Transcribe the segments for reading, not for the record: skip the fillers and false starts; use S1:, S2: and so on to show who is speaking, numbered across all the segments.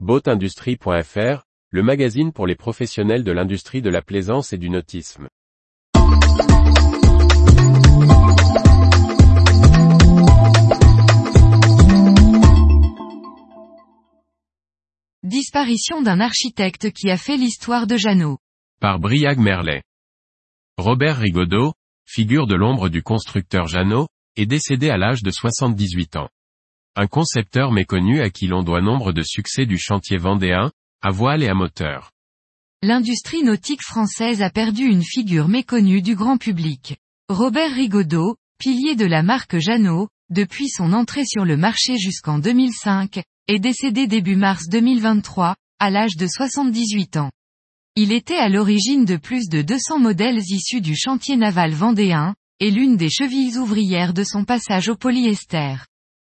S1: Boatindustrie.fr, le magazine pour les professionnels de l'industrie de la plaisance et du nautisme.
S2: Disparition d'un architecte qui a fait l'histoire de Jeannot.
S1: Par Briag Merlet. Robert Rigaudot, figure de l'ombre du constructeur Jeannot, est décédé à l'âge de 78 ans. Un concepteur méconnu à qui l'on doit nombre de succès du chantier vendéen, à voile et à moteur.
S2: L'industrie nautique française a perdu une figure méconnue du grand public. Robert Rigaudot, pilier de la marque Jeannot, depuis son entrée sur le marché jusqu'en 2005, est décédé début mars 2023, à l'âge de 78 ans. Il était à l'origine de plus de 200 modèles issus du chantier naval vendéen, et l'une des chevilles ouvrières de son passage au polyester.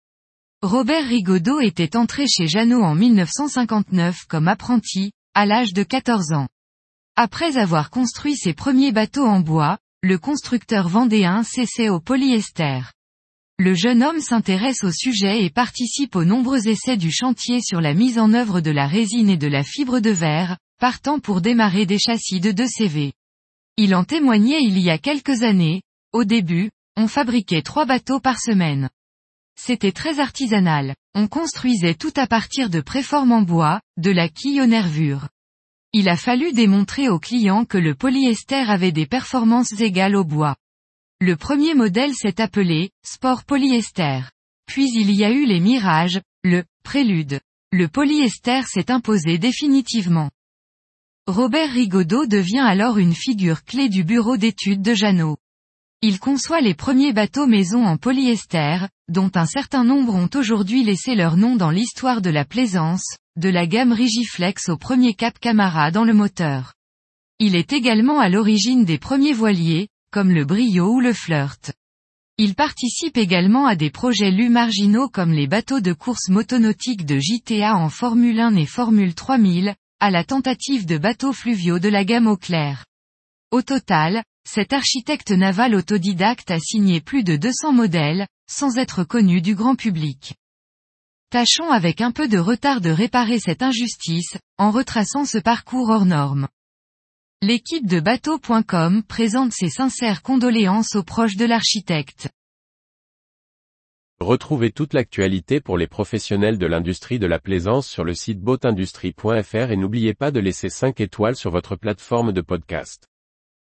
S2: Robert Rigaudot était entré chez Jeannot en 1959 comme apprenti, à l'âge de 14 ans. Après avoir construit ses premiers bateaux en bois, le constructeur vendéen s'essaie au polyester. Le jeune homme s'intéresse au sujet et participe aux nombreux essais du chantier sur la mise en œuvre de la résine et de la fibre de verre, partant pour démarrer des châssis de 2 CV. Il en témoignait il y a quelques années. Au début, on fabriquait 3 bateaux par semaine. C'était très artisanal. On construisait tout à partir de préformes en bois, de la quille aux nervures. Il a fallu démontrer aux clients que le polyester avait des performances égales au bois. Le premier modèle s'est appelé Sport Polyester. Puis il y a eu les Mirages, le Prélude. Le polyester s'est imposé définitivement. Robert Rigaudot devient alors une figure clé du bureau d'études de Jeannot. Il conçoit les premiers bateaux maison en polyester, dont un certain nombre ont aujourd'hui laissé leur nom dans l'histoire de la plaisance, de la gamme Rigiflex au premier Cap Camara dans le moteur. Il est également à l'origine des premiers voiliers, comme le Brio ou le Flirt. Il participe également à des projets marginaux comme les bateaux de course motonautiques de JTA en Formule 1 et Formule 3000, à la tentative de bateaux fluviaux de la gamme Eau-Claire. Au total, cet architecte naval autodidacte a signé plus de 200 modèles, sans être connu du grand public. Tâchons avec un peu de retard de réparer cette injustice, en retraçant ce parcours hors norme. L'équipe de bateau.com présente ses sincères condoléances aux proches de l'architecte.
S1: Retrouvez toute l'actualité pour les professionnels de l'industrie de la plaisance sur le site boatindustrie.fr et n'oubliez pas de laisser 5 étoiles sur votre plateforme de podcast.